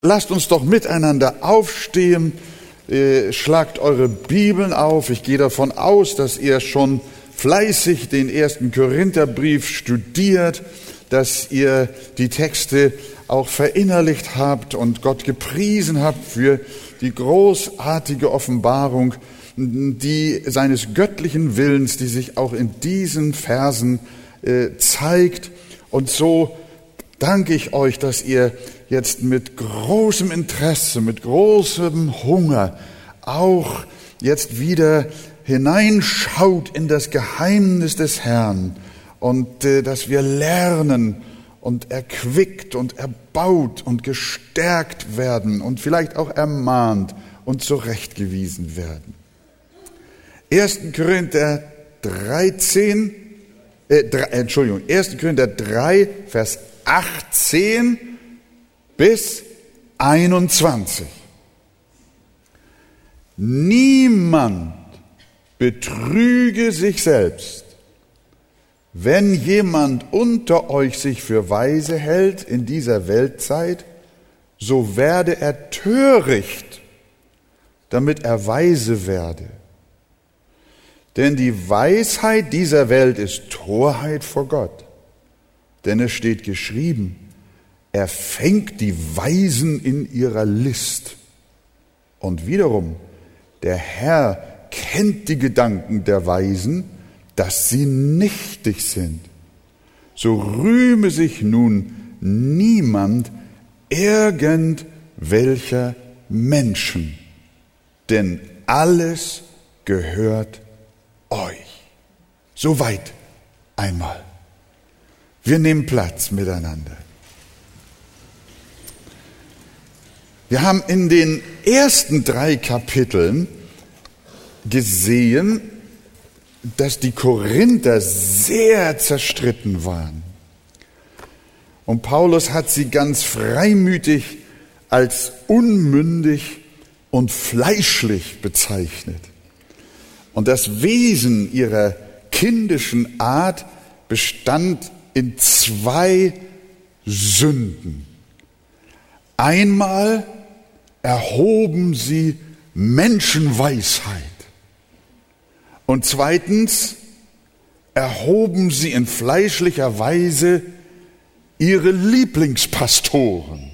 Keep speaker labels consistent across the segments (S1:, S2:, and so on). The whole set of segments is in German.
S1: Lasst uns doch miteinander aufstehen, schlagt eure Bibeln auf. Ich gehe davon aus, dass ihr schon fleißig den 1. Korintherbrief studiert, dass ihr die Texte auch verinnerlicht habt und Gott gepriesen habt für die großartige Offenbarung seines göttlichen Willens, die sich auch in diesen Versen zeigt. Und so danke ich euch, dass ihr jetzt mit großem Interesse, mit großem Hunger auch jetzt wieder hineinschaut in das Geheimnis des Herrn und dass wir lernen und erquickt und erbaut und gestärkt werden und vielleicht auch ermahnt und zurechtgewiesen werden. 1. Korinther 3, Vers 18 bis 21. Niemand betrüge sich selbst. Wenn jemand unter euch sich für weise hält in dieser Weltzeit, so werde er töricht, damit er weise werde. Denn die Weisheit dieser Welt ist Torheit vor Gott. Denn es steht geschrieben, er fängt die Weisen in ihrer List. Und wiederum, der Herr kennt die Gedanken der Weisen, dass sie nichtig sind. So rühme sich nun niemand irgendwelcher Menschen, denn alles gehört euch. Soweit einmal. Wir nehmen Platz miteinander. Wir haben in den ersten 3 Kapiteln gesehen, dass die Korinther sehr zerstritten waren. Und Paulus hat sie ganz freimütig als unmündig und fleischlich bezeichnet. Und das Wesen ihrer kindischen Art bestand in 2 Sünden. Einmal erhoben sie Menschenweisheit. Und zweitens erhoben sie in fleischlicher Weise ihre Lieblingspastoren.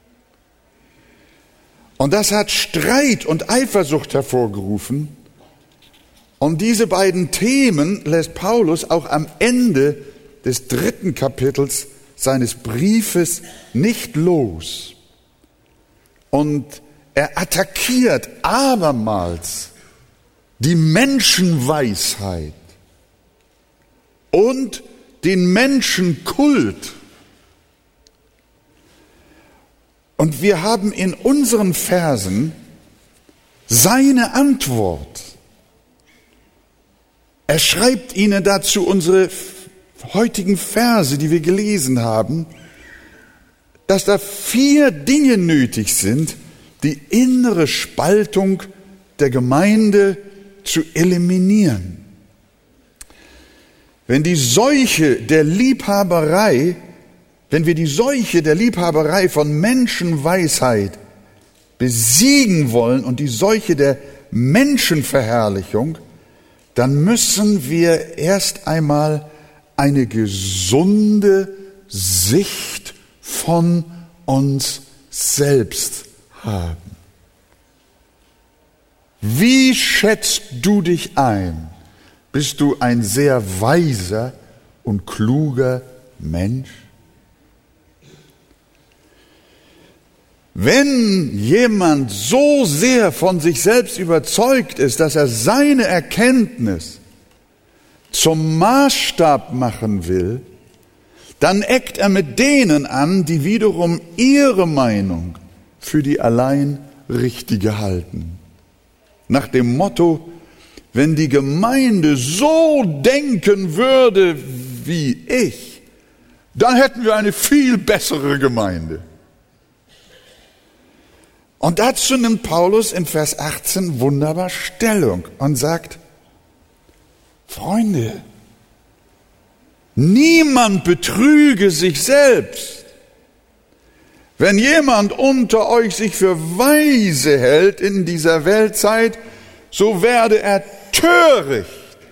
S1: Und das hat Streit und Eifersucht hervorgerufen. Und diese beiden Themen lässt Paulus auch am Ende des 3. Kapitels seines Briefes nicht los. Und er attackiert abermals die Menschenweisheit und den Menschenkult. Und wir haben in unseren Versen seine Antwort. Er schreibt ihnen dazu unsere heutigen Verse, die wir gelesen haben, dass da 4 Dinge nötig sind, die innere Spaltung der Gemeinde zu eliminieren. Wenn wir die Seuche der Liebhaberei von Menschenweisheit besiegen wollen und die Seuche der Menschenverherrlichung, dann müssen wir erst einmal eine gesunde Sicht von uns selbst haben. Wie schätzt du dich ein? Bist du ein sehr weiser und kluger Mensch? Wenn jemand so sehr von sich selbst überzeugt ist, dass er seine Erkenntnis zum Maßstab machen will, dann eckt er mit denen an, die wiederum ihre Meinung für die allein richtige halten. Nach dem Motto, wenn die Gemeinde so denken würde wie ich, dann hätten wir eine viel bessere Gemeinde. Und dazu nimmt Paulus in Vers 18 wunderbar Stellung und sagt, Freunde, niemand betrüge sich selbst. Wenn jemand unter euch sich für weise hält in dieser Weltzeit, so werde er töricht,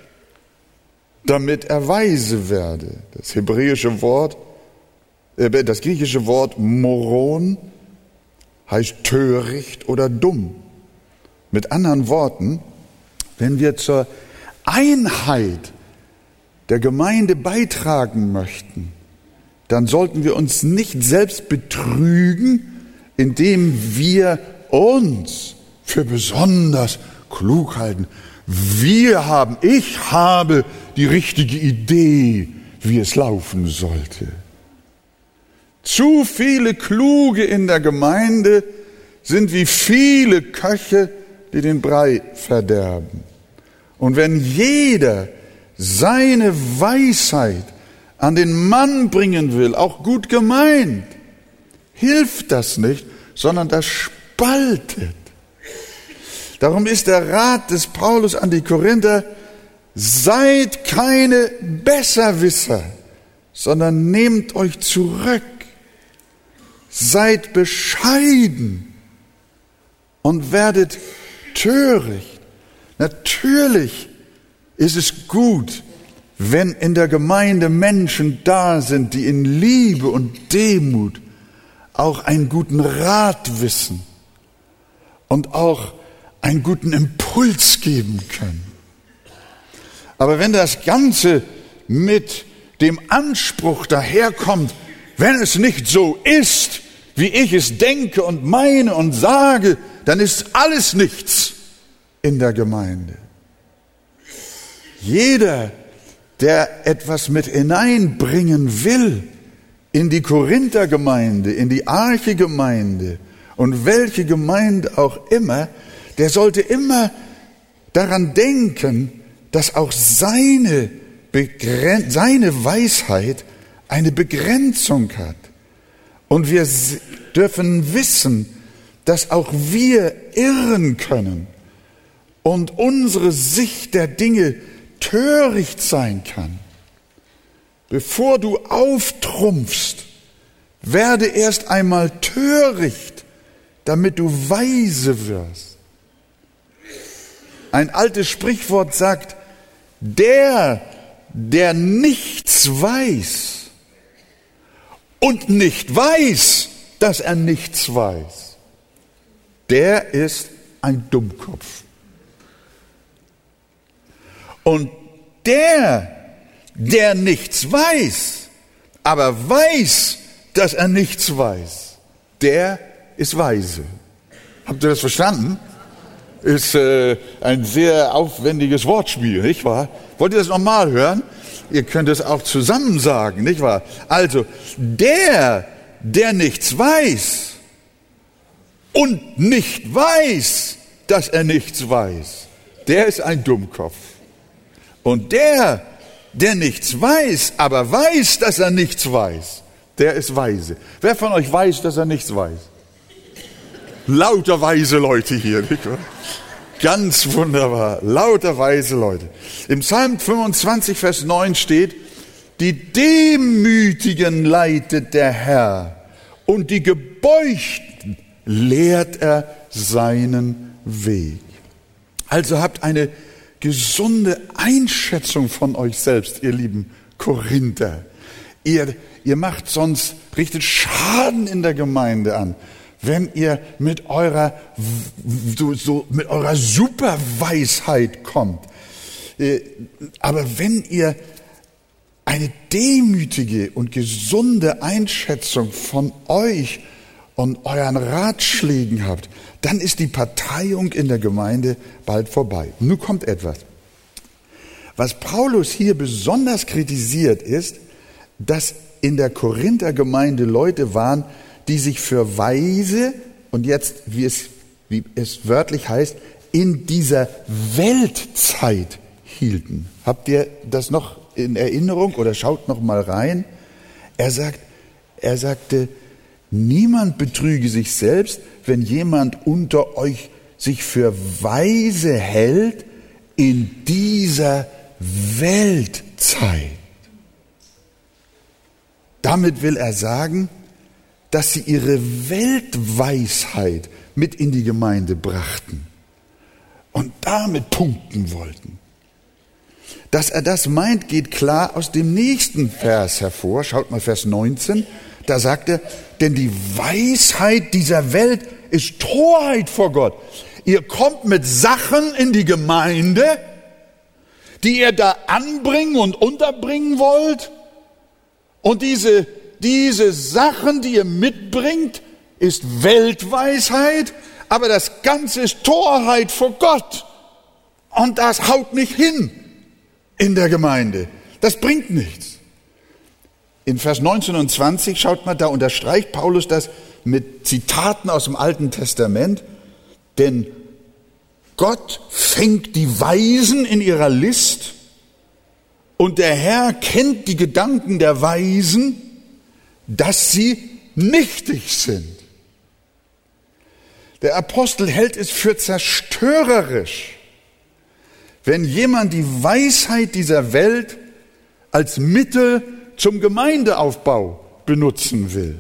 S1: damit er weise werde. Das hebräische Wort, das griechische Wort moron heißt töricht oder dumm. Mit anderen Worten, wenn wir zur Einheit der Gemeinde beitragen möchten, dann sollten wir uns nicht selbst betrügen, indem wir uns für besonders klug halten. Ich habe die richtige Idee, wie es laufen sollte. Zu viele Kluge in der Gemeinde sind wie viele Köche, die den Brei verderben. Und wenn jeder seine Weisheit an den Mann bringen will, auch gut gemeint, hilft das nicht, sondern das spaltet. Darum ist der Rat des Paulus an die Korinther: Seid keine Besserwisser, sondern nehmt euch zurück. Seid bescheiden und werdet töricht. Natürlich ist es gut, wenn in der Gemeinde Menschen da sind, die in Liebe und Demut auch einen guten Rat wissen und auch einen guten Impuls geben können. Aber wenn das Ganze mit dem Anspruch daherkommt, wenn es nicht so ist, wie ich es denke und meine und sage, dann ist alles nichts in der Gemeinde. Jeder, der etwas mit hineinbringen will in die Korinthergemeinde, in die Arche-Gemeinde und welche Gemeinde auch immer, der sollte immer daran denken, dass auch seine Weisheit eine Begrenzung hat. Und wir dürfen wissen, dass auch wir irren können und unsere Sicht der Dinge töricht sein kann. Bevor du auftrumpfst, werde erst einmal töricht, damit du weise wirst. Ein altes Sprichwort sagt: der nichts weiß und nicht weiß, dass er nichts weiß, der ist ein Dummkopf. Und der nichts weiß, aber weiß, dass er nichts weiß, der ist weise. Habt ihr das verstanden? Ist ein sehr aufwendiges Wortspiel, nicht wahr? Wollt ihr das nochmal hören? Ihr könnt es auch zusammen sagen, nicht wahr? Also, der nichts weiß und nicht weiß, dass er nichts weiß, der ist ein Dummkopf. Und der nichts weiß, aber weiß, dass er nichts weiß, der ist weise. Wer von euch weiß, dass er nichts weiß? Lauter weise Leute hier, nicht wahr? Ganz wunderbar, lauter weise Leute. Im Psalm 25, Vers 9 steht: Die Demütigen leitet der Herr und die Gebeugten lehrt er seinen Weg. Also habt eine gesunde Einschätzung von euch selbst, ihr lieben Korinther. Ihr macht sonst, richtet Schaden in der Gemeinde an, wenn ihr mit eurer Superweisheit kommt. Aber wenn ihr eine demütige und gesunde Einschätzung von euch und euren Ratschlägen habt, dann ist die Parteiung in der Gemeinde bald vorbei. Nun kommt etwas. Was Paulus hier besonders kritisiert ist, dass in der Korinther-Gemeinde Leute waren, die sich für weise, und jetzt, wie es wörtlich heißt, in dieser Weltzeit hielten. Habt ihr das noch in Erinnerung oder schaut noch mal rein? Er sagte, niemand betrüge sich selbst, wenn jemand unter euch sich für weise hält in dieser Weltzeit. Damit will er sagen, dass sie ihre Weltweisheit mit in die Gemeinde brachten und damit punkten wollten. Dass er das meint, geht klar aus dem nächsten Vers hervor. Schaut mal Vers 19. Da sagt er, denn die Weisheit dieser Welt ist Torheit vor Gott. Ihr kommt mit Sachen in die Gemeinde, die ihr da anbringen und unterbringen wollt. Und diese Sachen, die ihr mitbringt, ist Weltweisheit, aber das Ganze ist Torheit vor Gott. Und das haut nicht hin in der Gemeinde. Das bringt nichts. In Vers 19 und 20, schaut mal, da unterstreicht Paulus das mit Zitaten aus dem Alten Testament. Denn Gott fängt die Weisen in ihrer List und der Herr kennt die Gedanken der Weisen, dass sie nichtig sind. Der Apostel hält es für zerstörerisch, wenn jemand die Weisheit dieser Welt als Mittel zum Gemeindeaufbau benutzen will.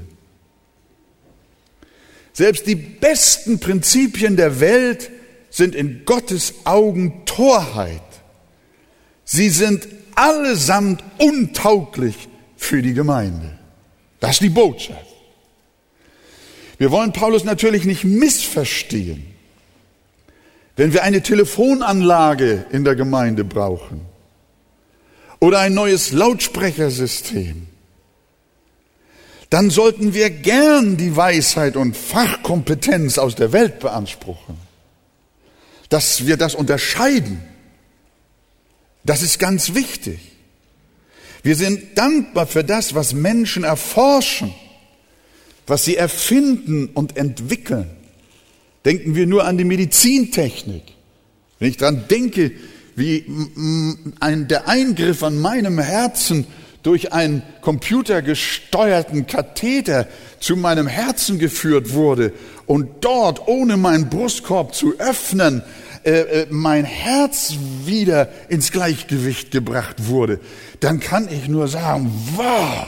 S1: Selbst die besten Prinzipien der Welt sind in Gottes Augen Torheit. Sie sind allesamt untauglich für die Gemeinde. Das ist die Botschaft. Wir wollen Paulus natürlich nicht missverstehen. Wenn wir eine Telefonanlage in der Gemeinde brauchen oder ein neues Lautsprechersystem, dann sollten wir gern die Weisheit und Fachkompetenz aus der Welt beanspruchen. Dass wir das unterscheiden, das ist ganz wichtig. Wir sind dankbar für das, was Menschen erforschen, was sie erfinden und entwickeln. Denken wir nur an die Medizintechnik. Wenn ich daran denke, wie der Eingriff an meinem Herzen durch einen computergesteuerten Katheter zu meinem Herzen geführt wurde und dort, ohne meinen Brustkorb zu öffnen, mein Herz wieder ins Gleichgewicht gebracht wurde, dann kann ich nur sagen, wow!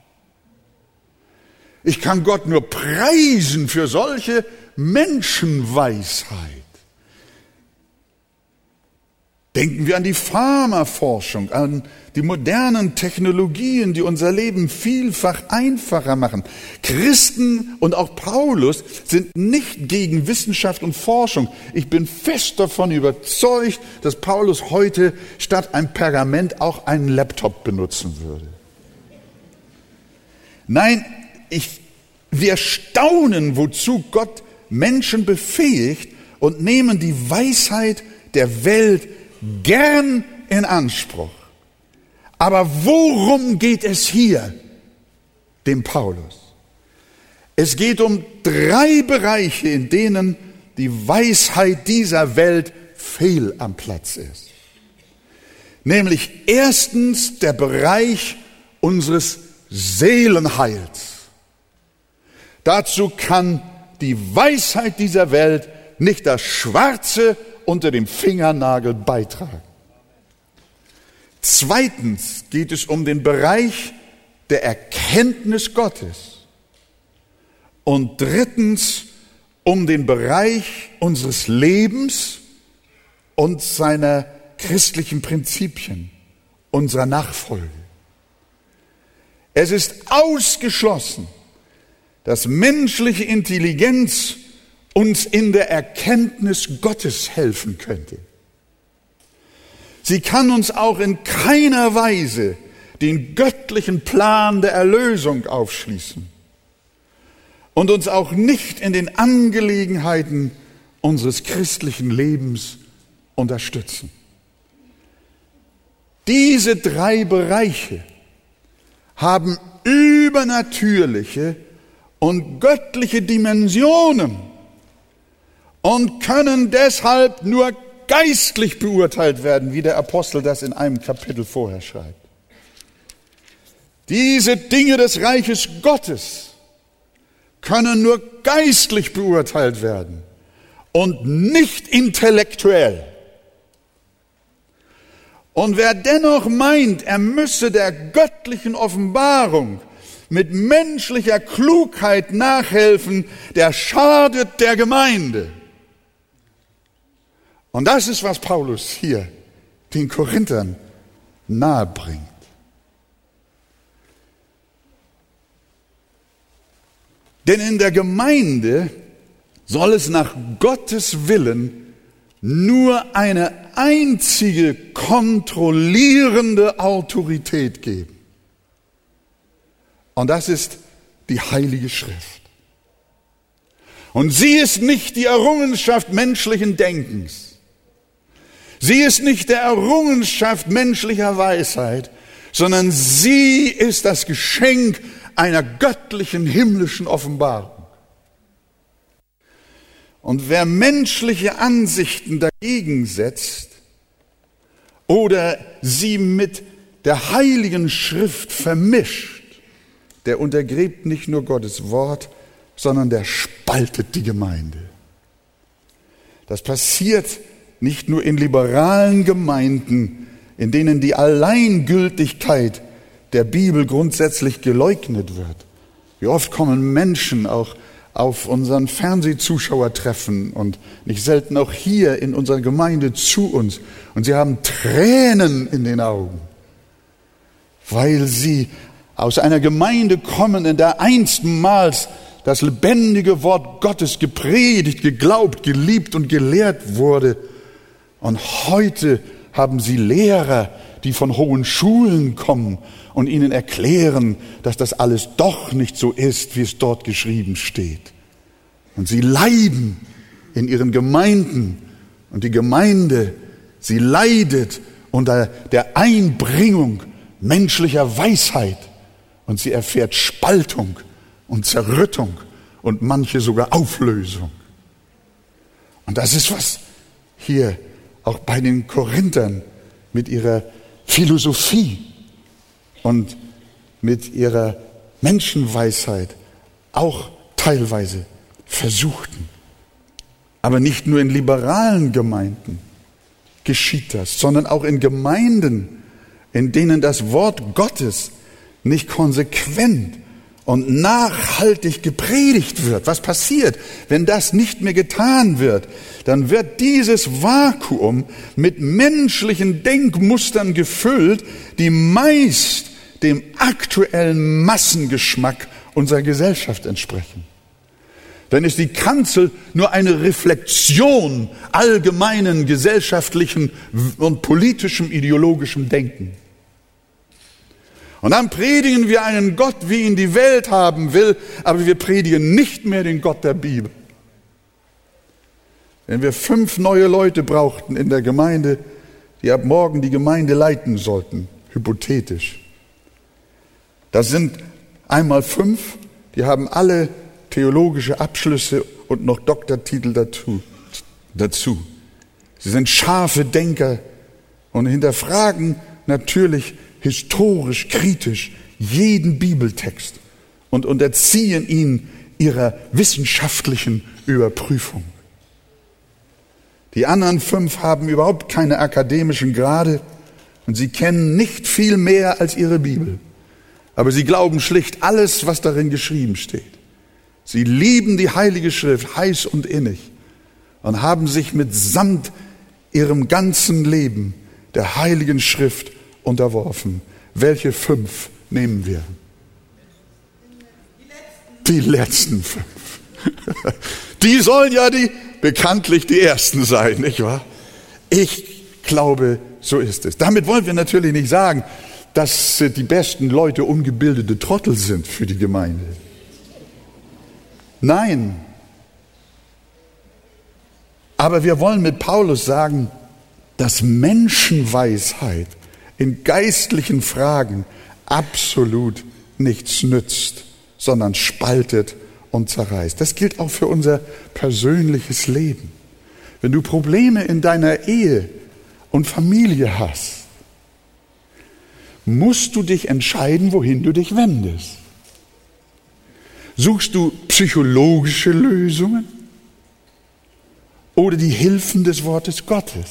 S1: Ich kann Gott nur preisen für solche Menschenweisheit. Denken wir an die Pharmaforschung, an die modernen Technologien, die unser Leben vielfach einfacher machen. Christen und auch Paulus sind nicht gegen Wissenschaft und Forschung. Ich bin fest davon überzeugt, dass Paulus heute statt ein Pergament auch einen Laptop benutzen würde. Nein, wir staunen, wozu Gott Menschen befähigt und nehmen die Weisheit der Welt gern in Anspruch. Aber worum geht es hier, dem Paulus? Es geht um 3 Bereiche, in denen die Weisheit dieser Welt fehl am Platz ist. Nämlich erstens der Bereich unseres Seelenheils. Dazu kann die Weisheit dieser Welt nicht das Schwarze unter dem Fingernagel beitragen. Zweitens geht es um den Bereich der Erkenntnis Gottes. Und drittens um den Bereich unseres Lebens und seiner christlichen Prinzipien, unserer Nachfolge. Es ist ausgeschlossen, dass menschliche Intelligenz uns in der Erkenntnis Gottes helfen könnte. Sie kann uns auch in keiner Weise den göttlichen Plan der Erlösung aufschließen und uns auch nicht in den Angelegenheiten unseres christlichen Lebens unterstützen. Diese 3 Bereiche haben übernatürliche und göttliche Dimensionen und können deshalb nur geistlich beurteilt werden, wie der Apostel das in einem Kapitel vorher schreibt. Diese Dinge des Reiches Gottes können nur geistlich beurteilt werden und nicht intellektuell. Und wer dennoch meint, er müsse der göttlichen Offenbarung mit menschlicher Klugheit nachhelfen, der schadet der Gemeinde. Und das ist, was Paulus hier den Korinthern nahebringt. Denn in der Gemeinde soll es nach Gottes Willen nur eine einzige kontrollierende Autorität geben. Und das ist die Heilige Schrift. Und sie ist nicht die Errungenschaft menschlichen Denkens. Sie ist nicht der Errungenschaft menschlicher Weisheit, sondern sie ist das Geschenk einer göttlichen, himmlischen Offenbarung. Und wer menschliche Ansichten dagegen setzt oder sie mit der Heiligen Schrift vermischt, der untergräbt nicht nur Gottes Wort, sondern der spaltet die Gemeinde. Das passiert nicht nur in liberalen Gemeinden, in denen die Alleingültigkeit der Bibel grundsätzlich geleugnet wird. Wie oft kommen Menschen auch auf unseren Fernsehzuschauertreffen und nicht selten auch hier in unserer Gemeinde zu uns. Und sie haben Tränen in den Augen, weil sie aus einer Gemeinde kommen, in der einstmals das lebendige Wort Gottes gepredigt, geglaubt, geliebt und gelehrt wurde. Und heute haben sie Lehrer, die von hohen Schulen kommen und ihnen erklären, dass das alles doch nicht so ist, wie es dort geschrieben steht. Und sie leiden in ihren Gemeinden. Und die Gemeinde, sie leidet unter der Einbringung menschlicher Weisheit. Und sie erfährt Spaltung und Zerrüttung und manche sogar Auflösung. Und das ist, was hier auch bei den Korinthern mit ihrer Philosophie und mit ihrer Menschenweisheit auch teilweise versuchten. Aber nicht nur in liberalen Gemeinden geschieht das, sondern auch in Gemeinden, in denen das Wort Gottes nicht konsequent und nachhaltig gepredigt wird. Was passiert, wenn das nicht mehr getan wird? Dann wird dieses Vakuum mit menschlichen Denkmustern gefüllt, die meist dem aktuellen Massengeschmack unserer Gesellschaft entsprechen. Dann ist die Kanzel nur eine Reflexion allgemeinen gesellschaftlichen und politischem ideologischem Denken. Und dann predigen wir einen Gott, wie ihn die Welt haben will, aber wir predigen nicht mehr den Gott der Bibel. Wenn wir 5 neue Leute brauchten in der Gemeinde, die ab morgen die Gemeinde leiten sollten, hypothetisch. Das sind einmal 5, die haben alle theologische Abschlüsse und noch Doktortitel dazu. Sie sind scharfe Denker und hinterfragen natürlich historisch, kritisch jeden Bibeltext und unterziehen ihn ihrer wissenschaftlichen Überprüfung. Die anderen 5 haben überhaupt keine akademischen Grade und sie kennen nicht viel mehr als ihre Bibel. Aber sie glauben schlicht alles, was darin geschrieben steht. Sie lieben die Heilige Schrift heiß und innig und haben sich mitsamt ihrem ganzen Leben der Heiligen Schrift unterworfen. Welche 5 nehmen wir? Die letzten 5. Die sollen ja bekanntlich die Ersten sein, nicht wahr? Ich glaube, so ist es. Damit wollen wir natürlich nicht sagen, dass die besten Leute ungebildete Trottel sind für die Gemeinde. Nein. Aber wir wollen mit Paulus sagen, dass Menschenweisheit in geistlichen Fragen absolut nichts nützt, sondern spaltet und zerreißt. Das gilt auch für unser persönliches Leben. Wenn du Probleme in deiner Ehe und Familie hast, musst du dich entscheiden, wohin du dich wendest. Suchst du psychologische Lösungen oder die Hilfen des Wortes Gottes?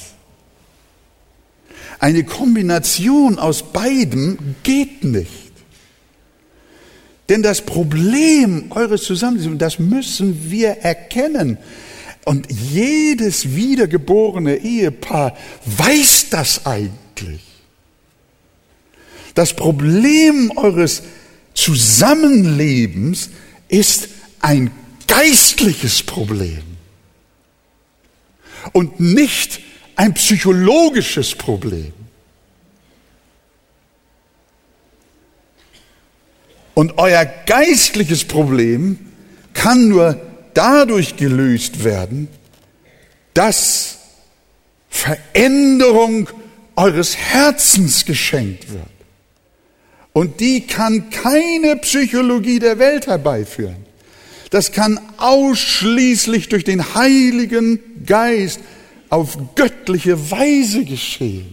S1: Eine Kombination aus beidem geht nicht. Denn das Problem eures Zusammenlebens, das müssen wir erkennen. Und jedes wiedergeborene Ehepaar weiß das eigentlich. Das Problem eures Zusammenlebens ist ein geistliches Problem und nicht ein psychologisches Problem. Und euer geistliches Problem kann nur dadurch gelöst werden, dass Veränderung eures Herzens geschenkt wird. Und die kann keine Psychologie der Welt herbeiführen. Das kann ausschließlich durch den Heiligen Geist auf göttliche Weise geschehen.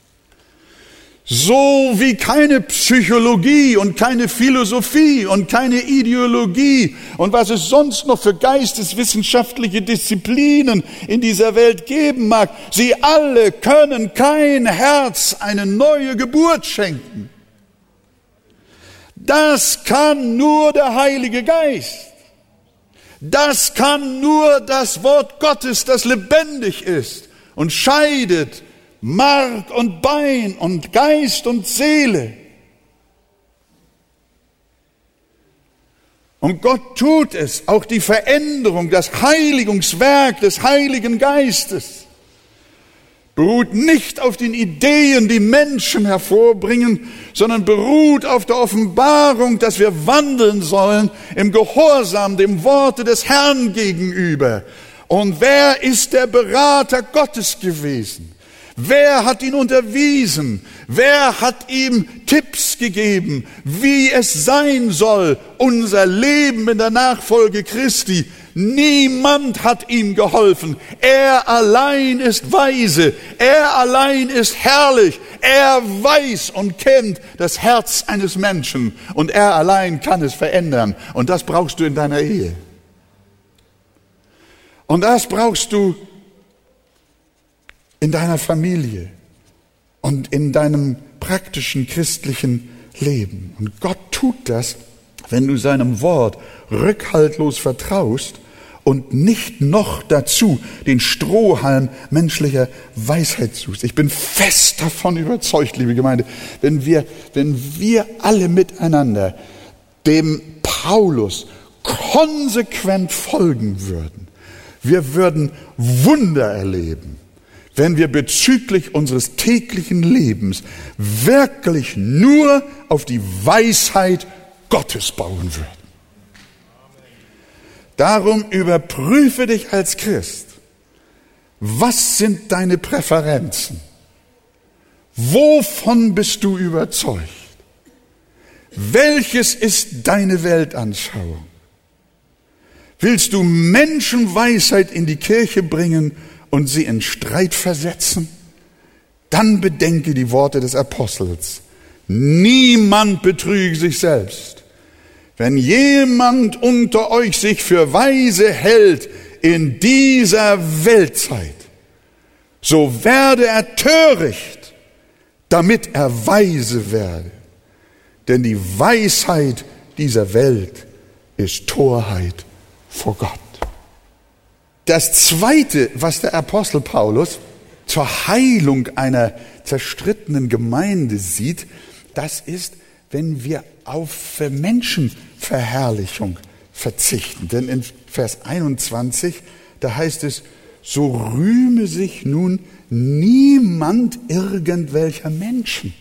S1: So wie keine Psychologie und keine Philosophie und keine Ideologie und was es sonst noch für geisteswissenschaftliche Disziplinen in dieser Welt geben mag, sie alle können kein Herz eine neue Geburt schenken. Das kann nur der Heilige Geist. Das kann nur das Wort Gottes, das lebendig ist und scheidet Mark und Bein und Geist und Seele. Und Gott tut es, auch die Veränderung, das Heiligungswerk des Heiligen Geistes beruht nicht auf den Ideen, die Menschen hervorbringen, sondern beruht auf der Offenbarung, dass wir wandeln sollen im Gehorsam dem Worte des Herrn gegenüber. Und wer ist der Berater Gottes gewesen? Wer hat ihn unterwiesen? Wer hat ihm Tipps gegeben, wie es sein soll, unser Leben in der Nachfolge Christi? Niemand hat ihm geholfen. Er allein ist weise. Er allein ist herrlich. Er weiß und kennt das Herz eines Menschen. Und er allein kann es verändern. Und das brauchst du in deiner Ehe. Und das brauchst du in deiner Familie und in deinem praktischen christlichen Leben. Und Gott tut das, wenn du seinem Wort rückhaltlos vertraust und nicht noch dazu den Strohhalm menschlicher Weisheit suchst. Ich bin fest davon überzeugt, liebe Gemeinde, wenn wir alle miteinander dem Paulus konsequent folgen würden, wir würden Wunder erleben, wenn wir bezüglich unseres täglichen Lebens wirklich nur auf die Weisheit Gottes bauen würden. Darum überprüfe dich als Christ. Was sind deine Präferenzen? Wovon bist du überzeugt? Welches ist deine Weltanschauung? Willst du Menschenweisheit in die Kirche bringen und sie in Streit versetzen? Dann bedenke die Worte des Apostels. Niemand betrüge sich selbst. Wenn jemand unter euch sich für weise hält in dieser Weltzeit, so werde er töricht, damit er weise werde. Denn die Weisheit dieser Welt ist Torheit vor Gott. Das Zweite, was der Apostel Paulus zur Heilung einer zerstrittenen Gemeinde sieht, das ist, wenn wir auf Menschenverherrlichung verzichten. Denn in Vers 21, da heißt es, so rühme sich nun niemand irgendwelcher Menschen.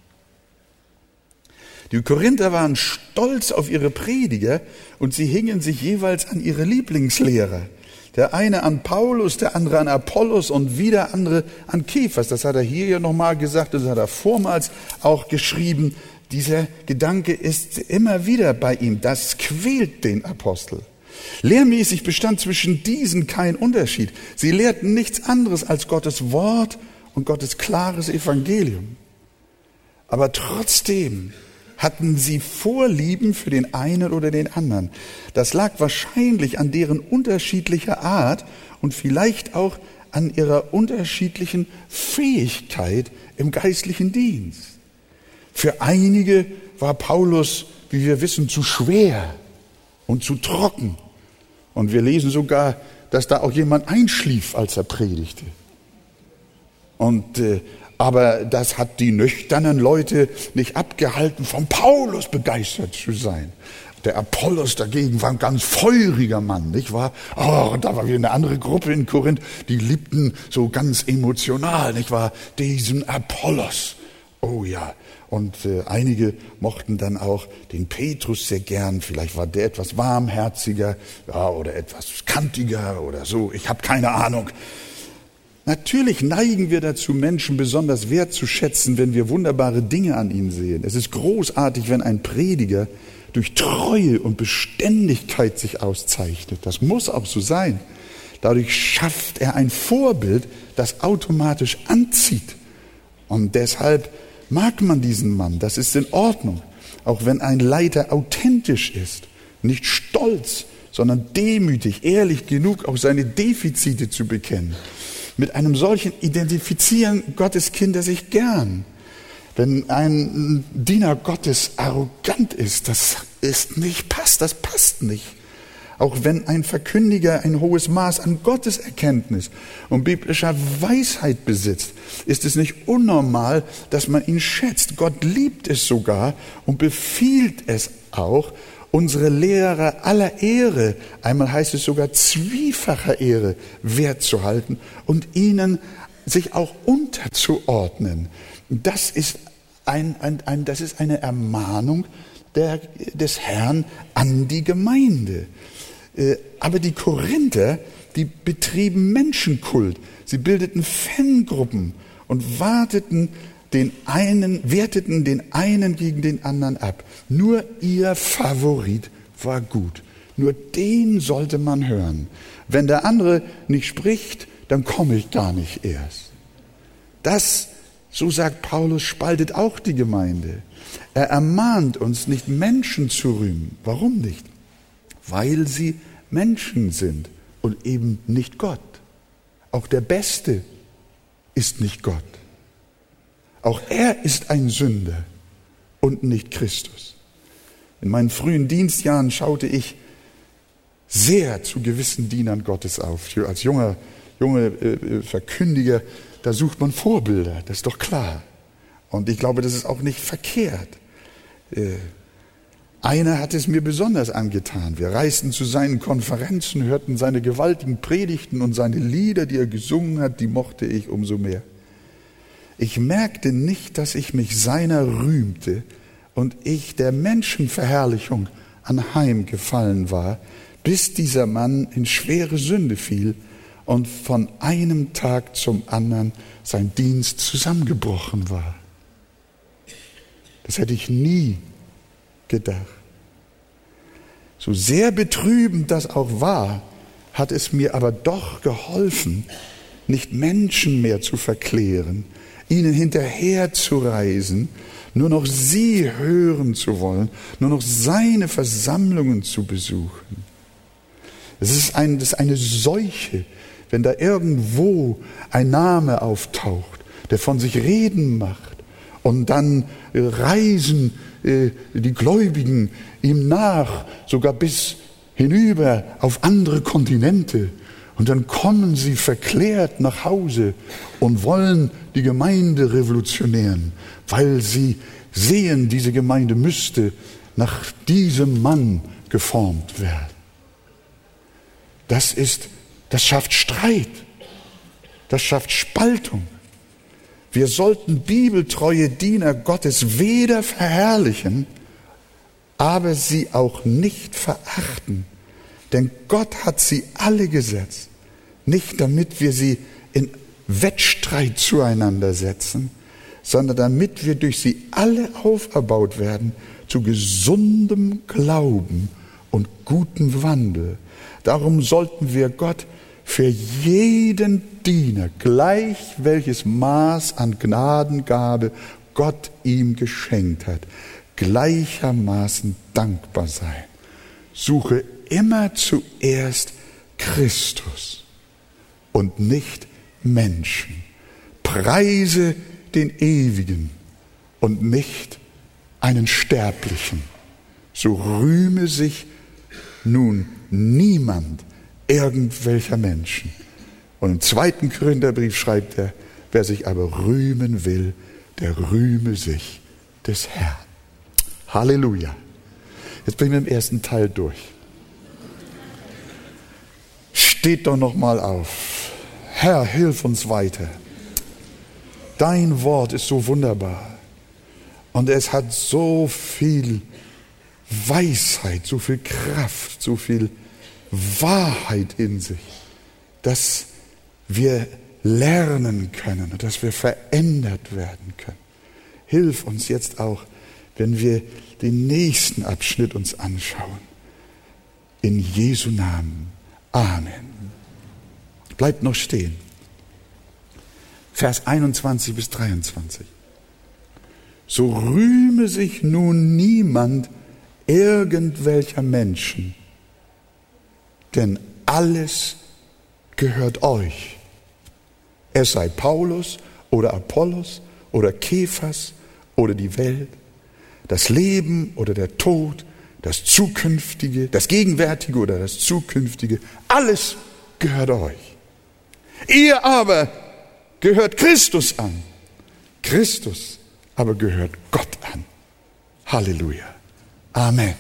S1: Die Korinther waren stolz auf ihre Prediger und sie hingen sich jeweils an ihre Lieblingslehrer. Der eine an Paulus, der andere an Apollos und wieder andere an Kephas. Das hat er hier ja nochmal gesagt, das hat er vormals auch geschrieben. Dieser Gedanke ist immer wieder bei ihm. Das quält den Apostel. Lehrmäßig bestand zwischen diesen kein Unterschied. Sie lehrten nichts anderes als Gottes Wort und Gottes klares Evangelium. Aber trotzdem hatten sie Vorlieben für den einen oder den anderen. Das lag wahrscheinlich an deren unterschiedlicher Art und vielleicht auch an ihrer unterschiedlichen Fähigkeit im geistlichen Dienst. Für einige war Paulus, wie wir wissen, zu schwer und zu trocken. Und wir lesen sogar, dass da auch jemand einschlief, als er predigte. Aber das hat die nüchternen Leute nicht abgehalten, von Paulus begeistert zu sein. Der Apollos dagegen war ein ganz feuriger Mann, nicht wahr? Oh, und da war wieder eine andere Gruppe in Korinth, die liebten so ganz emotional, nicht wahr? Diesen Apollos. Oh ja. Und einige mochten dann auch den Petrus sehr gern. Vielleicht war der etwas warmherziger, ja, oder etwas kantiger oder so. Ich habe keine Ahnung. Natürlich neigen wir dazu, Menschen besonders wertzuschätzen, wenn wir wunderbare Dinge an ihnen sehen. Es ist großartig, wenn ein Prediger durch Treue und Beständigkeit sich auszeichnet. Das muss auch so sein. Dadurch schafft er ein Vorbild, das automatisch anzieht. Und deshalb mag man diesen Mann. Das ist in Ordnung. Auch wenn ein Leiter authentisch ist, nicht stolz, sondern demütig, ehrlich genug, auch seine Defizite zu bekennen. Mit einem solchen identifizieren Gottes Kinder sich gern. Wenn ein Diener Gottes arrogant ist, das passt nicht. Auch wenn ein Verkündiger ein hohes Maß an Gotteserkenntnis und biblischer Weisheit besitzt, ist es nicht unnormal, dass man ihn schätzt. Gott liebt es sogar und befiehlt es auch, unsere Lehrer aller Ehre, einmal heißt es sogar zwiefacher Ehre, wertzuhalten und ihnen sich auch unterzuordnen. Das ist eine Ermahnung des Herrn an die Gemeinde. Aber die Korinther, die betrieben Menschenkult. Sie bildeten Fangruppen und werteten den einen gegen den anderen ab. Nur ihr Favorit war gut. Nur den sollte man hören. Wenn der andere nicht spricht, dann komme ich gar nicht erst. Das, so sagt Paulus, spaltet auch die Gemeinde. Er ermahnt uns, nicht Menschen zu rühmen. Warum nicht? Weil sie Menschen sind und eben nicht Gott. Auch der Beste ist nicht Gott. Auch er ist ein Sünder und nicht Christus. In meinen frühen Dienstjahren schaute ich sehr zu gewissen Dienern Gottes auf. Als junger Verkündiger, da sucht man Vorbilder, das ist doch klar. Und ich glaube, das ist auch nicht verkehrt. Einer hat es mir besonders angetan. Wir reisten zu seinen Konferenzen, hörten seine gewaltigen Predigten und seine Lieder, die er gesungen hat, die mochte ich umso mehr. Ich merkte nicht, dass ich mich seiner rühmte und ich der Menschenverherrlichung anheimgefallen war, bis dieser Mann in schwere Sünde fiel und von einem Tag zum anderen sein Dienst zusammengebrochen war. Das hätte ich nie gedacht. So sehr betrübend das auch war, hat es mir aber doch geholfen, nicht Menschen mehr zu verklären, ihnen hinterher zu reisen, nur noch sie hören zu wollen, nur noch seine Versammlungen zu besuchen. Das ist eine Seuche, wenn da irgendwo ein Name auftaucht, der von sich reden macht und dann reisen die Gläubigen ihm nach, sogar bis hinüber auf andere Kontinente. Und dann kommen sie verklärt nach Hause und wollen die Gemeinde revolutionieren, weil sie sehen, diese Gemeinde müsste nach diesem Mann geformt werden. Das schafft Streit, das schafft Spaltung. Wir sollten bibeltreue Diener Gottes weder verherrlichen, aber sie auch nicht verachten. Denn Gott hat sie alle gesetzt, nicht damit wir sie in Wettstreit zueinander setzen, sondern damit wir durch sie alle auferbaut werden zu gesundem Glauben und gutem Wandel. Darum sollten wir Gott für jeden Diener, gleich welches Maß an Gnadengabe Gott ihm geschenkt hat, gleichermaßen dankbar sein. Suche immer zuerst Christus und nicht Menschen. Preise den Ewigen und nicht einen Sterblichen. so rühme sich nun niemand irgendwelcher Menschen. Und im 2. Korintherbrief schreibt er, wer sich aber rühmen will, der rühme sich des Herrn. Halleluja. Jetzt bin ich mit dem ersten Teil durch. Steht doch noch mal auf. Herr, hilf uns weiter. Dein Wort ist so wunderbar. Und es hat so viel Weisheit, so viel Kraft, so viel Wahrheit in sich, dass wir lernen können und dass wir verändert werden können. Hilf uns jetzt auch, wenn wir den nächsten Abschnitt uns anschauen. In Jesu Namen. Amen. Bleibt noch stehen. Vers 21 bis 23. So rühme sich nun niemand irgendwelcher Menschen, denn alles gehört euch. Es sei Paulus oder Apollos oder Kephas oder die Welt, das Leben oder der Tod, das Zukünftige, das Gegenwärtige oder das Zukünftige, alles gehört euch. Ihr aber gehört Christus an. Christus aber gehört Gott an. Halleluja. Amen.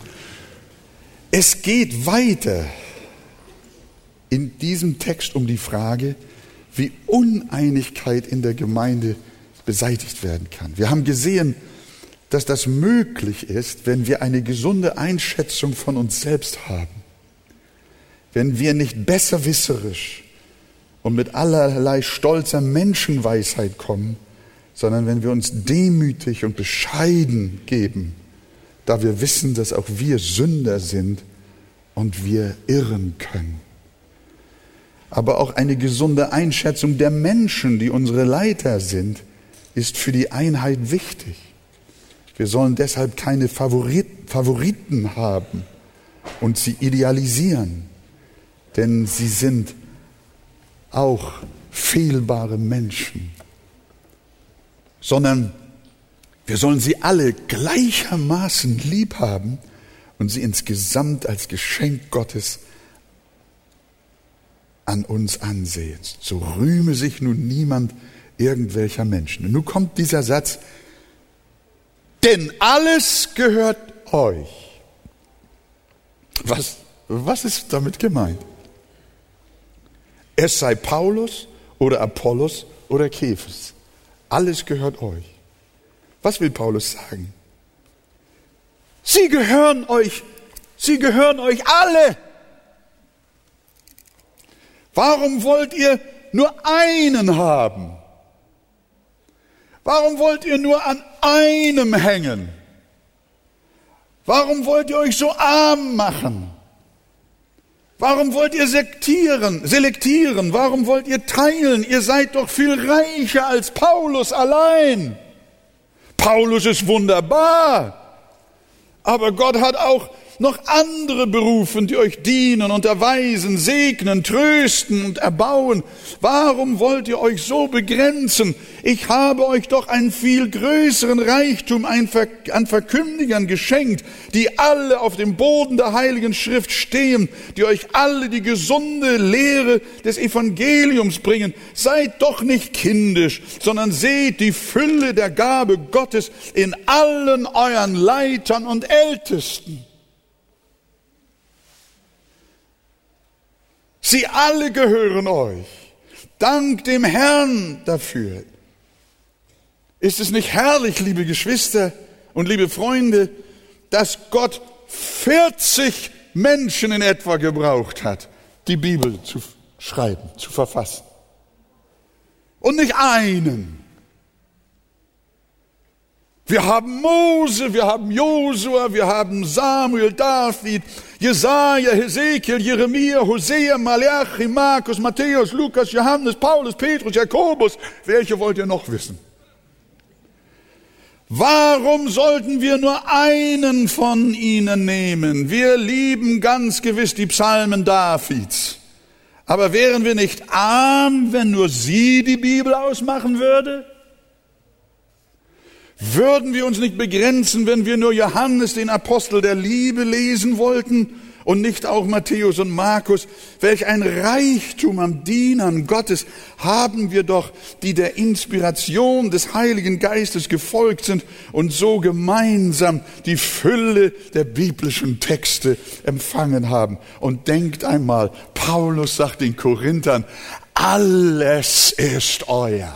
S1: Es geht weiter in diesem Text um die Frage, wie Uneinigkeit in der Gemeinde beseitigt werden kann. Wir haben gesehen, dass das möglich ist, wenn wir eine gesunde Einschätzung von uns selbst haben. Wenn wir nicht besserwisserisch und mit allerlei stolzer Menschenweisheit kommen, sondern wenn wir uns demütig und bescheiden geben, da wir wissen, dass auch wir Sünder sind und wir irren können. Aber auch eine gesunde Einschätzung der Menschen, die unsere Leiter sind, ist für die Einheit wichtig. Wir sollen deshalb keine Favoriten haben und sie idealisieren, denn sie sind auch fehlbare Menschen, sondern wir sollen sie alle gleichermaßen lieb haben und sie insgesamt als Geschenk Gottes an uns ansehen. So rühme sich nun niemand irgendwelcher Menschen. Und nun kommt dieser Satz, denn alles gehört euch. Was ist damit gemeint? Es sei Paulus oder Apollos oder Kephas. Alles gehört euch. Was will Paulus sagen? Sie gehören euch alle. Warum wollt ihr nur einen haben? Warum wollt ihr nur an einem hängen? Warum wollt ihr euch so arm machen? Warum wollt ihr selektieren? Warum wollt ihr teilen? Ihr seid doch viel reicher als Paulus allein. Paulus ist wunderbar, aber Gott hat auch noch andere berufen, die euch dienen, unterweisen, segnen, trösten und erbauen. Warum wollt ihr euch so begrenzen? Ich habe euch doch einen viel größeren Reichtum an Verkündigern geschenkt, die alle auf dem Boden der Heiligen Schrift stehen, die euch alle die gesunde Lehre des Evangeliums bringen. Seid doch nicht kindisch, sondern seht die Fülle der Gabe Gottes in allen euren Leitern und Ältesten. Sie alle gehören euch. Dank dem Herrn dafür. Ist es nicht herrlich, liebe Geschwister und liebe Freunde, dass Gott 40 Menschen in etwa gebraucht hat, die Bibel zu schreiben, zu verfassen. Und nicht einen. Wir haben Mose, wir haben Josua, wir haben Samuel, David, Jesaja, Hesekiel, Jeremia, Hosea, Malachi, Markus, Matthäus, Lukas, Johannes, Paulus, Petrus, Jakobus. Welche wollt ihr noch wissen? Warum sollten wir nur einen von ihnen nehmen? Wir lieben ganz gewiss die Psalmen Davids. Aber wären wir nicht arm, wenn nur sie die Bibel ausmachen würde? Würden wir uns nicht begrenzen, wenn wir nur Johannes, den Apostel der Liebe, lesen wollten und nicht auch Matthäus und Markus? Welch ein Reichtum an Dienern Gottes haben wir doch, die der Inspiration des Heiligen Geistes gefolgt sind und so gemeinsam die Fülle der biblischen Texte empfangen haben. Und denkt einmal, Paulus sagt den Korinthern, alles ist euer.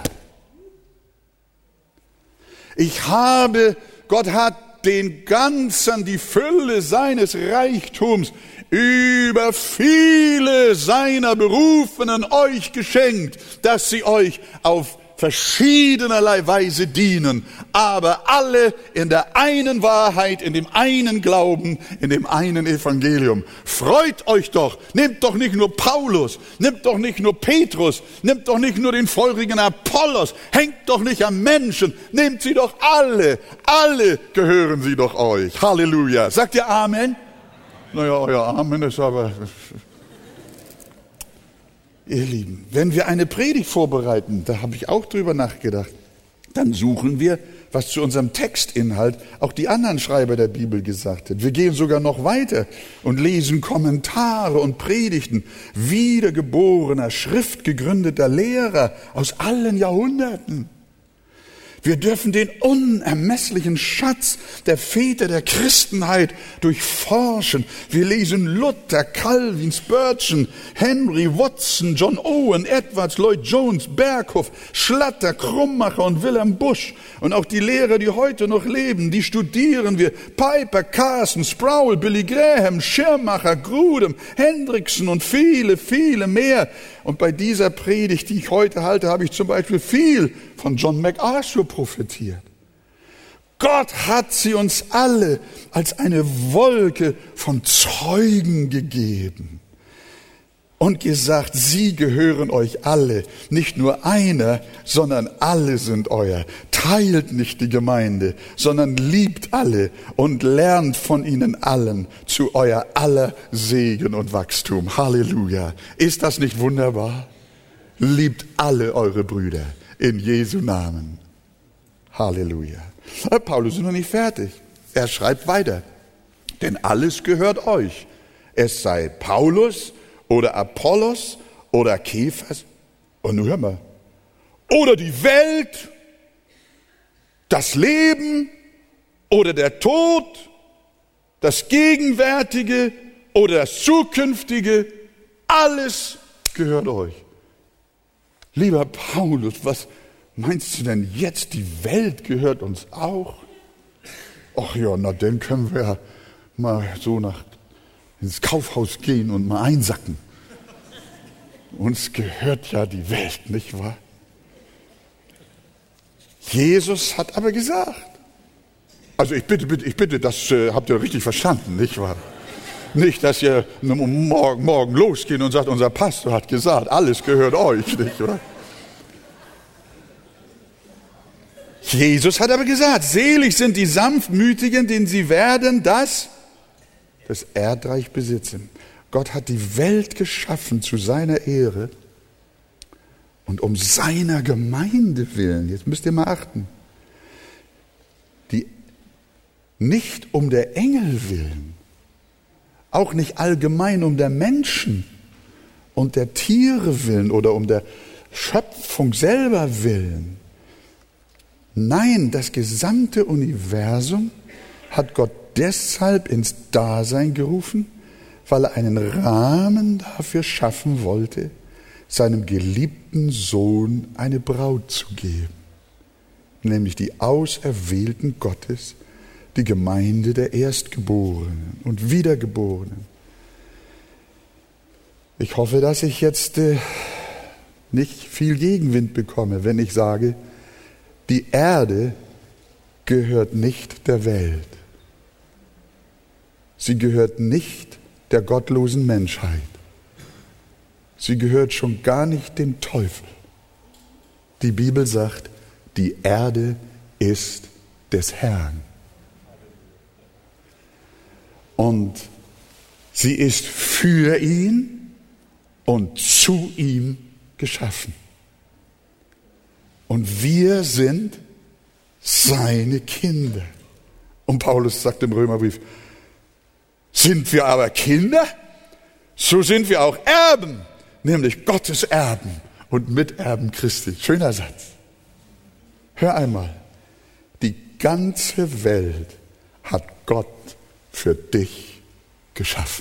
S1: Gott hat den ganzen, die Fülle seines Reichtums über viele seiner Berufenen euch geschenkt, dass sie euch auf verschiedenerlei Weise dienen, aber alle in der einen Wahrheit, in dem einen Glauben, in dem einen Evangelium. Freut euch doch, nehmt doch nicht nur Paulus, nehmt doch nicht nur Petrus, nehmt doch nicht nur den feurigen Apollos, hängt doch nicht am Menschen, nehmt sie doch alle gehören sie doch euch. Halleluja. Sagt ihr Amen? Naja, euer Amen ist aber... Ihr Lieben, wenn wir eine Predigt vorbereiten, da habe ich auch drüber nachgedacht, dann suchen wir, was zu unserem Textinhalt auch die anderen Schreiber der Bibel gesagt haben. Wir gehen sogar noch weiter und lesen Kommentare und Predigten wiedergeborener, schriftgegründeter Lehrer aus allen Jahrhunderten. Wir dürfen den unermesslichen Schatz der Väter der Christenheit durchforschen. Wir lesen Luther, Calvin, Spurgeon, Henry, Watson, John Owen, Edwards, Lloyd Jones, Berghoff, Schlatter, Krummacher und Wilhelm Busch. Und auch die Lehrer, die heute noch leben, die studieren wir. Piper, Carson, Sproul, Billy Graham, Schirmacher, Grudem, Hendrickson und viele, viele mehr. Und bei dieser Predigt, die ich heute halte, habe ich zum Beispiel viel von John MacArthur profitiert. Gott hat sie uns alle als eine Wolke von Zeugen gegeben und gesagt, sie gehören euch alle. Nicht nur einer, sondern alle sind euer. Teilt nicht die Gemeinde, sondern liebt alle und lernt von ihnen allen zu euer aller Segen und Wachstum. Halleluja. Ist das nicht wunderbar? Liebt alle eure Brüder in Jesu Namen. Halleluja. Paulus ist noch nicht fertig. Er schreibt weiter. Denn alles gehört euch. Es sei Paulus oder Apollos oder Kephas. Und nun hör mal. Oder die Welt, das Leben oder der Tod, das Gegenwärtige oder das Zukünftige. Alles gehört euch. Lieber Paulus, was meinst du denn jetzt, die Welt gehört uns auch? Ach ja, na dann können wir ja mal so ins Kaufhaus gehen und mal einsacken. Uns gehört ja die Welt, nicht wahr? Jesus hat aber gesagt, also ich bitte, das habt ihr richtig verstanden, nicht wahr? Nicht, dass ihr morgen losgehen und sagt, unser Pastor hat gesagt, alles gehört euch, nicht wahr? Jesus hat aber gesagt, selig sind die Sanftmütigen, denn sie werden das Erdreich besitzen. Gott hat die Welt geschaffen zu seiner Ehre und um seiner Gemeinde willen. Jetzt müsst ihr mal achten. Nicht um der Engel willen, auch nicht allgemein um der Menschen und der Tiere willen oder um der Schöpfung selber willen. Nein, das gesamte Universum hat Gott deshalb ins Dasein gerufen, weil er einen Rahmen dafür schaffen wollte, seinem geliebten Sohn eine Braut zu geben, nämlich die Auserwählten Gottes, die Gemeinde der Erstgeborenen und Wiedergeborenen. Ich hoffe, dass ich jetzt nicht viel Gegenwind bekomme, wenn ich sage, die Erde gehört nicht der Welt. Sie gehört nicht der gottlosen Menschheit. Sie gehört schon gar nicht dem Teufel. Die Bibel sagt, die Erde ist des Herrn. Und sie ist für ihn und zu ihm geschaffen. Und wir sind seine Kinder. Und Paulus sagt im Römerbrief, sind wir aber Kinder, so sind wir auch Erben, nämlich Gottes Erben und Miterben Christi. Schöner Satz. Hör einmal, die ganze Welt hat Gott für dich geschaffen.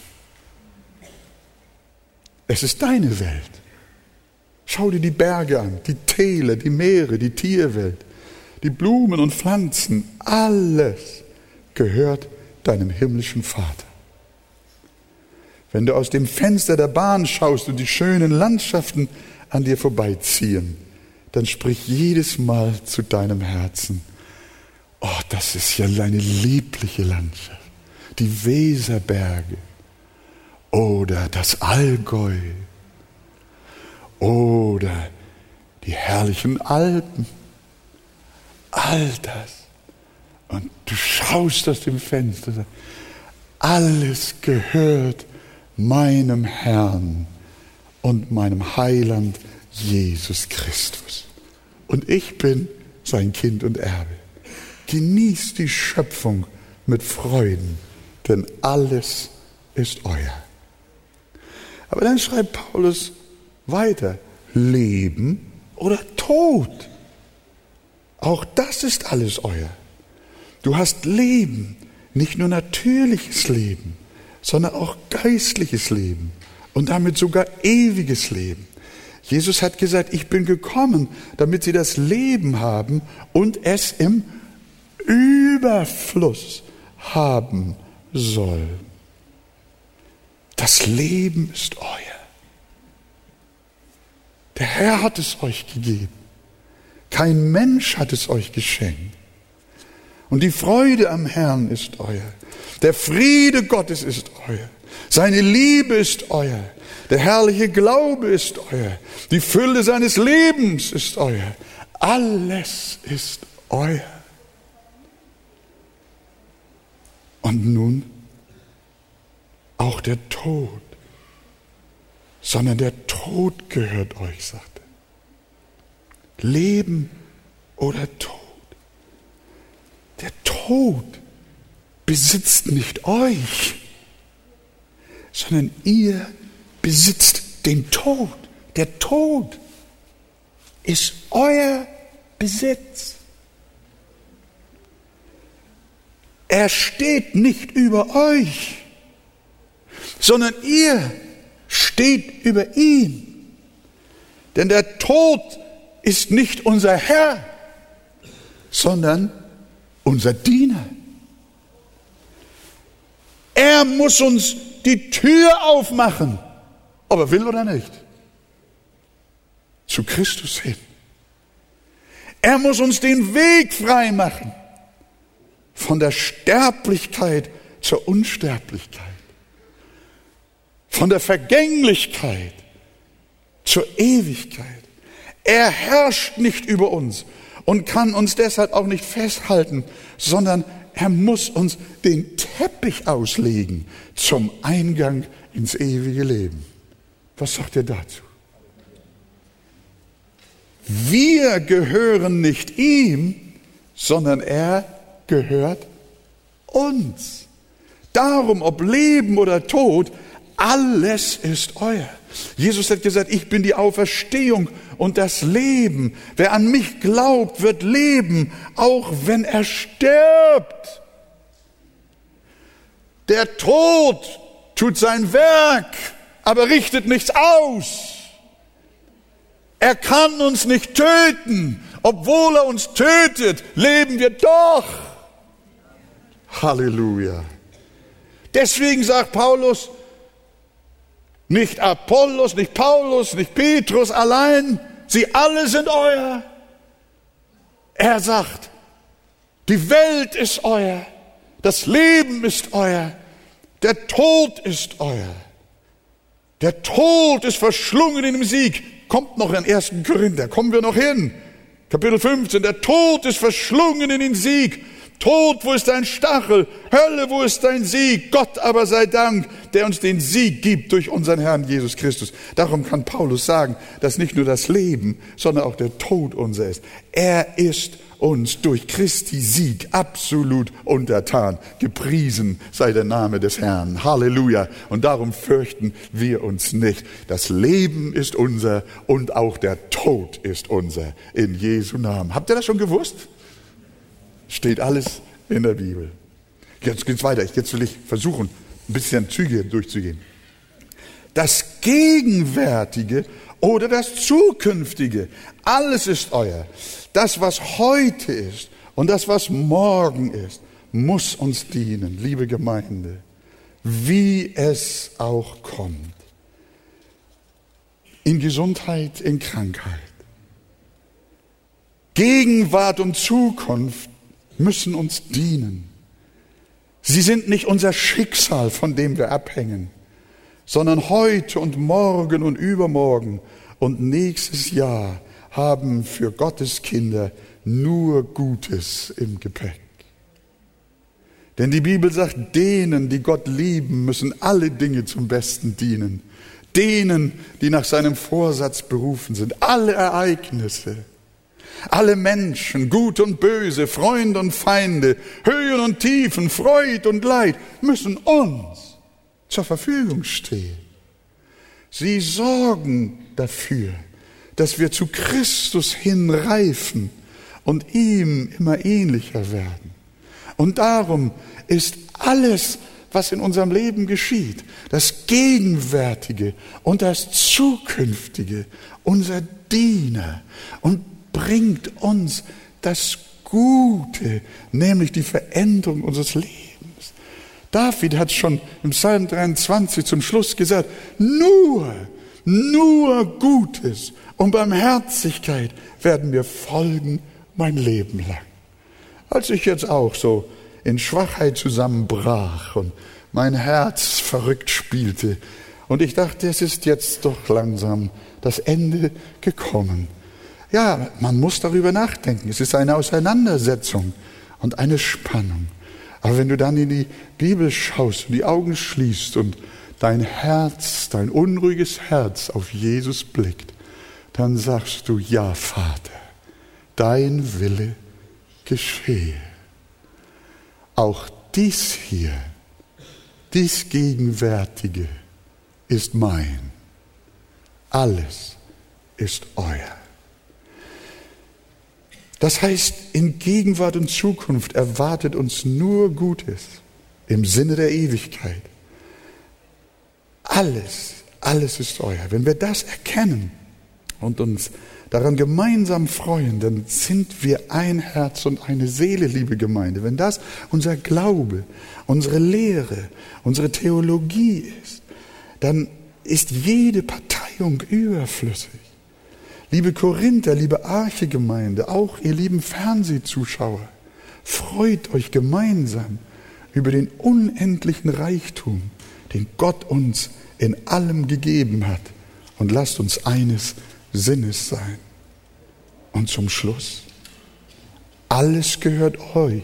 S1: Es ist deine Welt. Schau dir die Berge an, die Täler, die Meere, die Tierwelt, die Blumen und Pflanzen. Alles gehört deinem himmlischen Vater. Wenn du aus dem Fenster der Bahn schaust und die schönen Landschaften an dir vorbeiziehen, dann sprich jedes Mal zu deinem Herzen, oh, das ist ja eine liebliche Landschaft. Die Weserberge oder das Allgäu oder die herrlichen Alpen. All das. Und du schaust aus dem Fenster und sagst, alles gehört meinem Herrn und meinem Heiland Jesus Christus. Und ich bin sein Kind und Erbe. Genießt die Schöpfung mit Freuden, denn alles ist euer. Aber dann schreibt Paulus weiter, Leben oder Tod. Auch das ist alles euer. Du hast Leben, nicht nur natürliches Leben, sondern auch geistliches Leben und damit sogar ewiges Leben. Jesus hat gesagt, ich bin gekommen, damit sie das Leben haben und es im Überfluss haben sollen. Das Leben ist euer. Der Herr hat es euch gegeben. Kein Mensch hat es euch geschenkt. Und die Freude am Herrn ist euer. Der Friede Gottes ist euer. Seine Liebe ist euer. Der herrliche Glaube ist euer. Die Fülle seines Lebens ist euer. Alles ist euer. Und nun auch der Tod. Sondern der Tod gehört euch, sagt er. Leben oder Tod. Der Tod besitzt nicht euch, sondern ihr besitzt den Tod. Der Tod ist euer Besitz. Er steht nicht über euch, sondern ihr steht über ihn. Denn der Tod ist nicht unser Herr, sondern unser Diener. Er muss uns die Tür aufmachen, ob er will oder nicht, zu Christus hin. Er muss uns den Weg frei machen von der Sterblichkeit zur Unsterblichkeit, von der Vergänglichkeit zur Ewigkeit. Er herrscht nicht über uns und kann uns deshalb auch nicht festhalten, sondern er muss uns den Teppich auslegen zum Eingang ins ewige Leben. Was sagt er dazu? Wir gehören nicht ihm, sondern er gehört uns. Darum, ob Leben oder Tod, alles ist euer. Jesus hat gesagt, ich bin die Auferstehung und das Leben. Wer an mich glaubt, wird leben, auch wenn er stirbt. Der Tod tut sein Werk, aber richtet nichts aus. Er kann uns nicht töten. Obwohl er uns tötet, leben wir doch. Halleluja. Deswegen sagt Paulus, nicht Apollos, nicht Paulus, nicht Petrus allein, sie alle sind euer. Er sagt, die Welt ist euer, das Leben ist euer, der Tod ist euer. Der Tod ist verschlungen in dem Sieg. Kommt noch in 1. Korinther, kommen wir noch hin. Kapitel 15, der Tod ist verschlungen in den Sieg. Tod, wo ist dein Stachel? Hölle, wo ist dein Sieg? Gott aber sei Dank, der uns den Sieg gibt durch unseren Herrn Jesus Christus. Darum kann Paulus sagen, dass nicht nur das Leben, sondern auch der Tod unser ist. Er ist uns durch Christi Sieg absolut untertan. Gepriesen sei der Name des Herrn. Halleluja. Und darum fürchten wir uns nicht. Das Leben ist unser und auch der Tod ist unser. In Jesu Namen. Habt ihr das schon gewusst? Steht alles in der Bibel. Jetzt geht's weiter. Jetzt will ich versuchen, ein bisschen Züge durchzugehen. Das Gegenwärtige oder das Zukünftige, alles ist euer. Das, was heute ist und das, was morgen ist, muss uns dienen, liebe Gemeinde, wie es auch kommt. In Gesundheit, in Krankheit. Gegenwart und Zukunft müssen uns dienen. Sie sind nicht unser Schicksal, von dem wir abhängen, sondern heute und morgen und übermorgen und nächstes Jahr haben für Gottes Kinder nur Gutes im Gepäck. Denn die Bibel sagt, denen, die Gott lieben, müssen alle Dinge zum Besten dienen. Denen, die nach seinem Vorsatz berufen sind. Alle Ereignisse, alle Menschen, Gut und Böse, Freunde und Feinde, Höhen und Tiefen, Freud und Leid, müssen uns zur Verfügung stehen. Sie sorgen dafür, dass wir zu Christus hinreifen und ihm immer ähnlicher werden. Und darum ist alles, was in unserem Leben geschieht, das Gegenwärtige und das Zukünftige, unser Diener und bringt uns das Gute, nämlich die Veränderung unseres Lebens. David hat schon im Psalm 23 zum Schluss gesagt, nur Gutes und Barmherzigkeit werden mir folgen mein Leben lang. Als ich jetzt auch so in Schwachheit zusammenbrach und mein Herz verrückt spielte und ich dachte, es ist jetzt doch langsam das Ende gekommen. Ja, man muss darüber nachdenken. Es ist eine Auseinandersetzung und eine Spannung. Aber wenn du dann in die Bibel schaust und die Augen schließt und dein Herz, dein unruhiges Herz auf Jesus blickt, dann sagst du, ja Vater, dein Wille geschehe. Auch dies hier, dies Gegenwärtige ist mein. Alles ist euer. Das heißt, in Gegenwart und Zukunft erwartet uns nur Gutes im Sinne der Ewigkeit. Alles ist euer. Wenn wir das erkennen und uns daran gemeinsam freuen, dann sind wir ein Herz und eine Seele, liebe Gemeinde. Wenn das unser Glaube, unsere Lehre, unsere Theologie ist, dann ist jede Parteiung überflüssig. Liebe Korinther, liebe Arche-Gemeinde, auch ihr lieben Fernsehzuschauer, freut euch gemeinsam über den unendlichen Reichtum, den Gott uns in allem gegeben hat. Und lasst uns eines Sinnes sein. Und zum Schluss, alles gehört euch.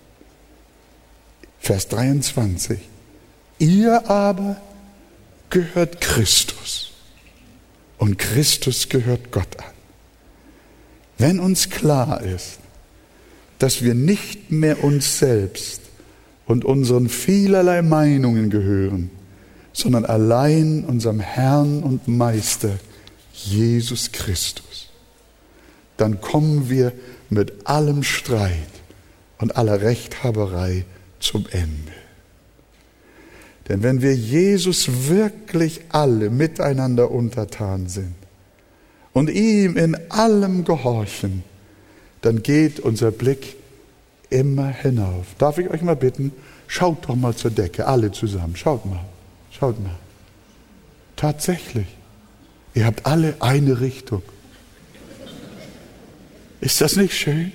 S1: Vers 23. Ihr aber gehört Christus. Und Christus gehört Gott an. Wenn uns klar ist, dass wir nicht mehr uns selbst und unseren vielerlei Meinungen gehören, sondern allein unserem Herrn und Meister, Jesus Christus, dann kommen wir mit allem Streit und aller Rechthaberei zum Ende. Denn wenn wir Jesus wirklich alle miteinander untertan sind und ihm in allem gehorchen, dann geht unser Blick immer hinauf. Darf ich euch mal bitten, schaut doch mal zur Decke, alle zusammen, schaut mal. Tatsächlich, ihr habt alle eine Richtung. Ist das nicht schön?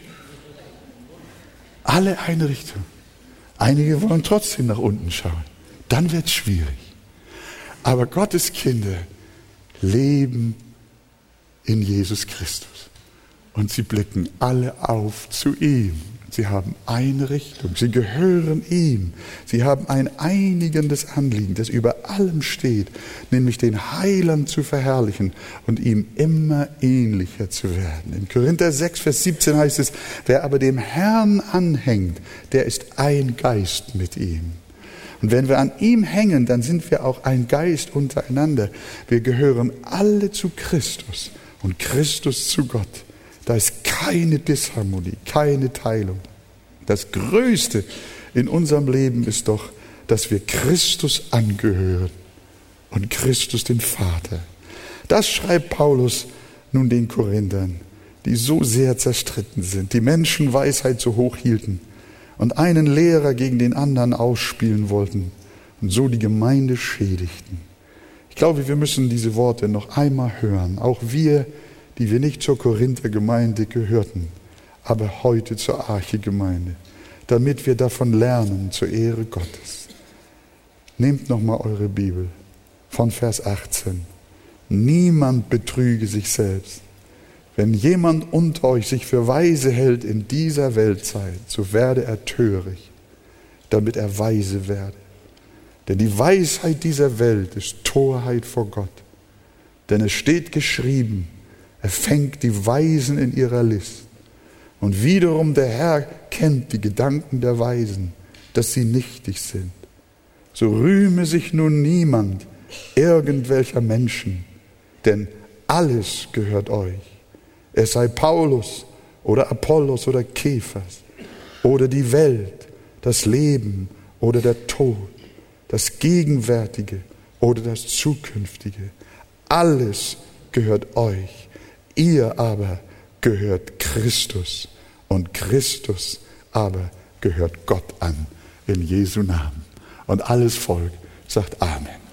S1: Alle eine Richtung. Einige wollen trotzdem nach unten schauen. Dann wird es schwierig. Aber Gottes Kinder leben in Jesus Christus. Und sie blicken alle auf zu ihm. Sie haben eine Richtung. Sie gehören ihm. Sie haben ein einigendes Anliegen, das über allem steht, nämlich den Heiland zu verherrlichen und ihm immer ähnlicher zu werden. In Korinther 6, Vers 17 heißt es, wer aber dem Herrn anhängt, der ist ein Geist mit ihm. Und wenn wir an ihm hängen, dann sind wir auch ein Geist untereinander. Wir gehören alle zu Christus und Christus zu Gott. Da ist keine Disharmonie, keine Teilung. Das Größte in unserem Leben ist doch, dass wir Christus angehören und Christus den Vater. Das schreibt Paulus nun den Korinthern, die so sehr zerstritten sind, die Menschenweisheit so hoch hielten und einen Lehrer gegen den anderen ausspielen wollten und so die Gemeinde schädigten. Ich glaube, wir müssen diese Worte noch einmal hören, auch wir, die wir nicht zur Korinther-Gemeinde gehörten, aber heute zur Arche-Gemeinde, damit wir davon lernen zur Ehre Gottes. Nehmt nochmal eure Bibel von Vers 18. Niemand betrüge sich selbst. Wenn jemand unter euch sich für weise hält in dieser Weltzeit, so werde er töricht, damit er weise werde. Denn die Weisheit dieser Welt ist Torheit vor Gott. Denn es steht geschrieben, er fängt die Weisen in ihrer List. Und wiederum der Herr kennt die Gedanken der Weisen, dass sie nichtig sind. So rühme sich nun niemand irgendwelcher Menschen, denn alles gehört euch. Es sei Paulus oder Apollos oder Kephas oder die Welt, das Leben oder der Tod, das Gegenwärtige oder das Zukünftige. Alles gehört euch. Ihr aber gehört Christus und Christus aber gehört Gott an, in Jesu Namen. Und alles Volk sagt Amen.